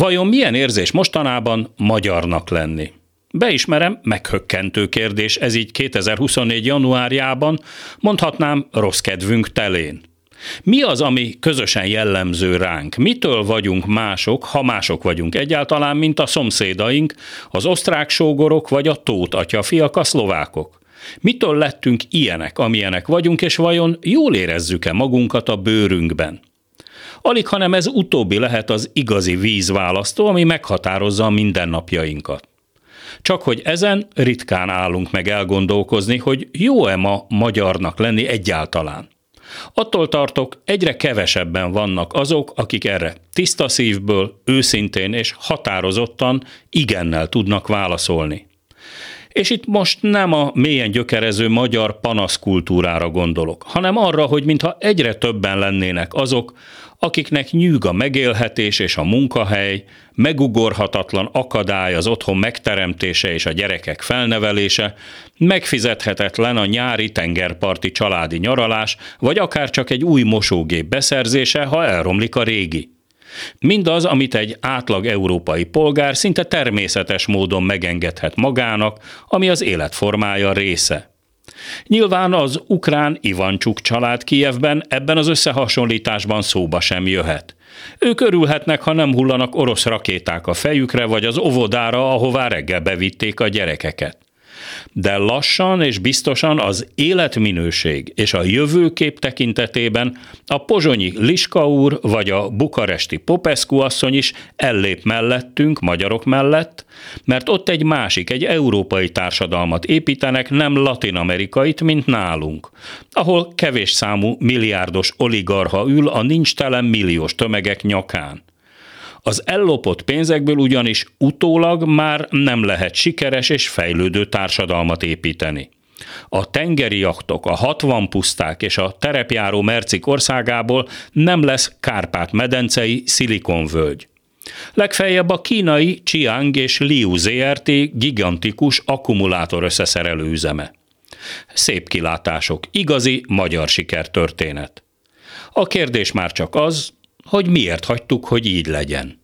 Vajon milyen érzés mostanában magyarnak lenni? Beismerem, meghökkentő kérdés ez így 2024. januárjában, mondhatnám rossz kedvünk telén. Mi az, ami közösen jellemző ránk? Mitől vagyunk mások, ha mások vagyunk egyáltalán, mint a szomszédaink, az osztrák sógorok vagy a Tóth atyafiak, a szlovákok? Mitől lettünk ilyenek, amilyenek vagyunk, és vajon jól érezzük-e magunkat a bőrünkben? Alighanem ez utóbbi lehet az igazi vízválasztó, ami meghatározza a mindennapjainkat. Csak hogy ezen ritkán állunk meg elgondolkozni, hogy jó-e ma magyarnak lenni egyáltalán. Attól tartok, egyre kevesebben vannak azok, akik erre tiszta szívből, őszintén és határozottan igennel tudnak válaszolni. És itt most nem a mélyen gyökerező magyar panaszkultúrára gondolok, hanem arra, hogy mintha egyre többen lennének azok, akiknek nyűg a megélhetés és a munkahely, megugorhatatlan akadály az otthon megteremtése és a gyerekek felnevelése, megfizethetetlen a nyári tengerparti családi nyaralás, vagy akár csak egy új mosógép beszerzése, ha elromlik a régi. Mindaz, amit egy átlag európai polgár szinte természetes módon megengedhet magának, ami az életformája része. Nyilván az ukrán Ivancsuk család Kijevben ebben az összehasonlításban szóba sem jöhet. Ők örülhetnek, ha nem hullanak orosz rakéták a fejükre, vagy az óvodára, ahová reggel bevitték a gyerekeket. De lassan és biztosan az életminőség és a jövőkép tekintetében a pozsonyi Liska úr vagy a bukaresti Popescu asszony is ellép mellettünk, magyarok mellett, mert ott egy másik, egy európai társadalmat építenek, nem latin-amerikait, mint nálunk, ahol kevés számú milliárdos oligarcha ül a nincstelen milliós tömegek nyakán. Az ellopott pénzekből ugyanis utólag már nem lehet sikeres és fejlődő társadalmat építeni. A tengeri jachtok, a 60 puszták és a terepjáró mercik országából nem lesz Kárpát-medencei szilikonvölgy. Legfeljebb a kínai Chiang és Liu Zrt. Gigantikus akkumulátor összeszerelő üzeme. Szép kilátások, igazi magyar sikertörténet. A kérdés már csak az, hogy miért hagytuk, hogy így legyen.